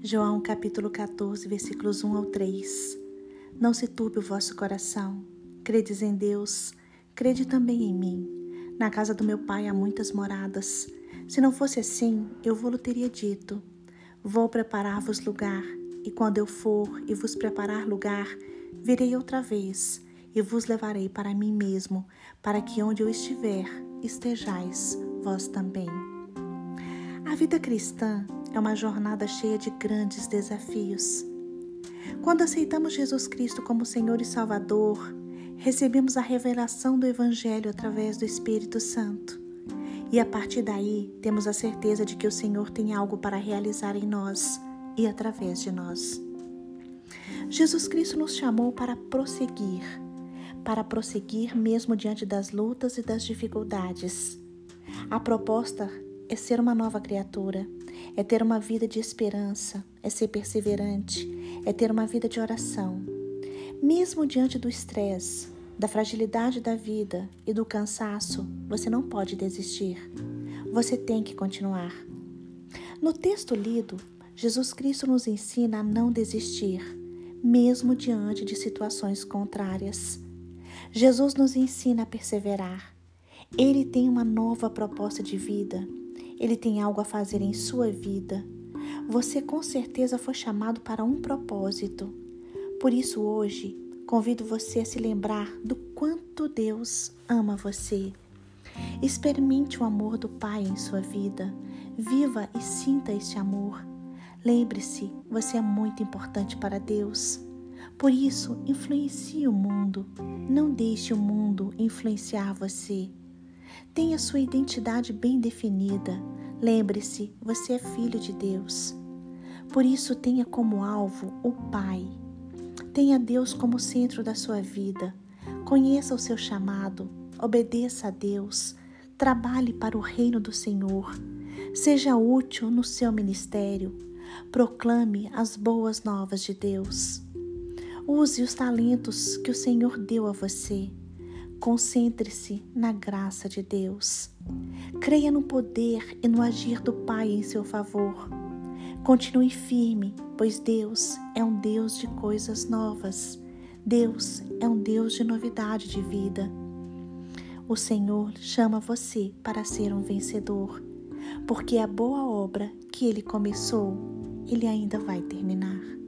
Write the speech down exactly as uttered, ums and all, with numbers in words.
João capítulo catorze, versículos um ao três. Não se turbe o vosso coração. Credes em Deus, crede também em mim. Na casa do meu pai há muitas moradas. Se não fosse assim, eu vou-lhe teria dito. Vou preparar-vos lugar, e quando eu for e vos preparar lugar, virei outra vez, e vos levarei para mim mesmo, para que onde eu estiver, estejais vós também. A vida cristã é uma jornada cheia de grandes desafios. Quando aceitamos Jesus Cristo como Senhor e Salvador, recebemos a revelação do Evangelho através do Espírito Santo. E a partir daí, temos a certeza de que o Senhor tem algo para realizar em nós e através de nós. Jesus Cristo nos chamou para prosseguir, para prosseguir mesmo diante das lutas e das dificuldades. A proposta é ser uma nova criatura, é ter uma vida de esperança, é ser perseverante, é ter uma vida de oração. Mesmo diante do estresse, da fragilidade da vida e do cansaço, você não pode desistir. Você tem que continuar. No texto lido, Jesus Cristo nos ensina a não desistir, mesmo diante de situações contrárias. Jesus nos ensina a perseverar. Ele tem uma nova proposta de vida. Ele tem algo a fazer em sua vida. Você com certeza foi chamado para um propósito. Por isso hoje, convido você a se lembrar do quanto Deus ama você. Experimente o amor do Pai em sua vida. Viva e sinta este amor. Lembre-se, você é muito importante para Deus. Por isso, influencie o mundo. Não deixe o mundo influenciar você. Tenha sua identidade bem definida. Lembre-se, você é filho de Deus. Por isso, tenha como alvo o Pai. Tenha Deus como centro da sua vida. Conheça o seu chamado. Obedeça a Deus. Trabalhe para o reino do Senhor. Seja útil no seu ministério. Proclame as boas novas de Deus. Use os talentos que o Senhor deu a você. Concentre-se na graça de Deus. Creia no poder e no agir do Pai em seu favor. Continue firme, pois Deus é um Deus de coisas novas. Deus é um Deus de novidade de vida. O Senhor chama você para ser um vencedor, porque a boa obra que Ele começou, Ele ainda vai terminar.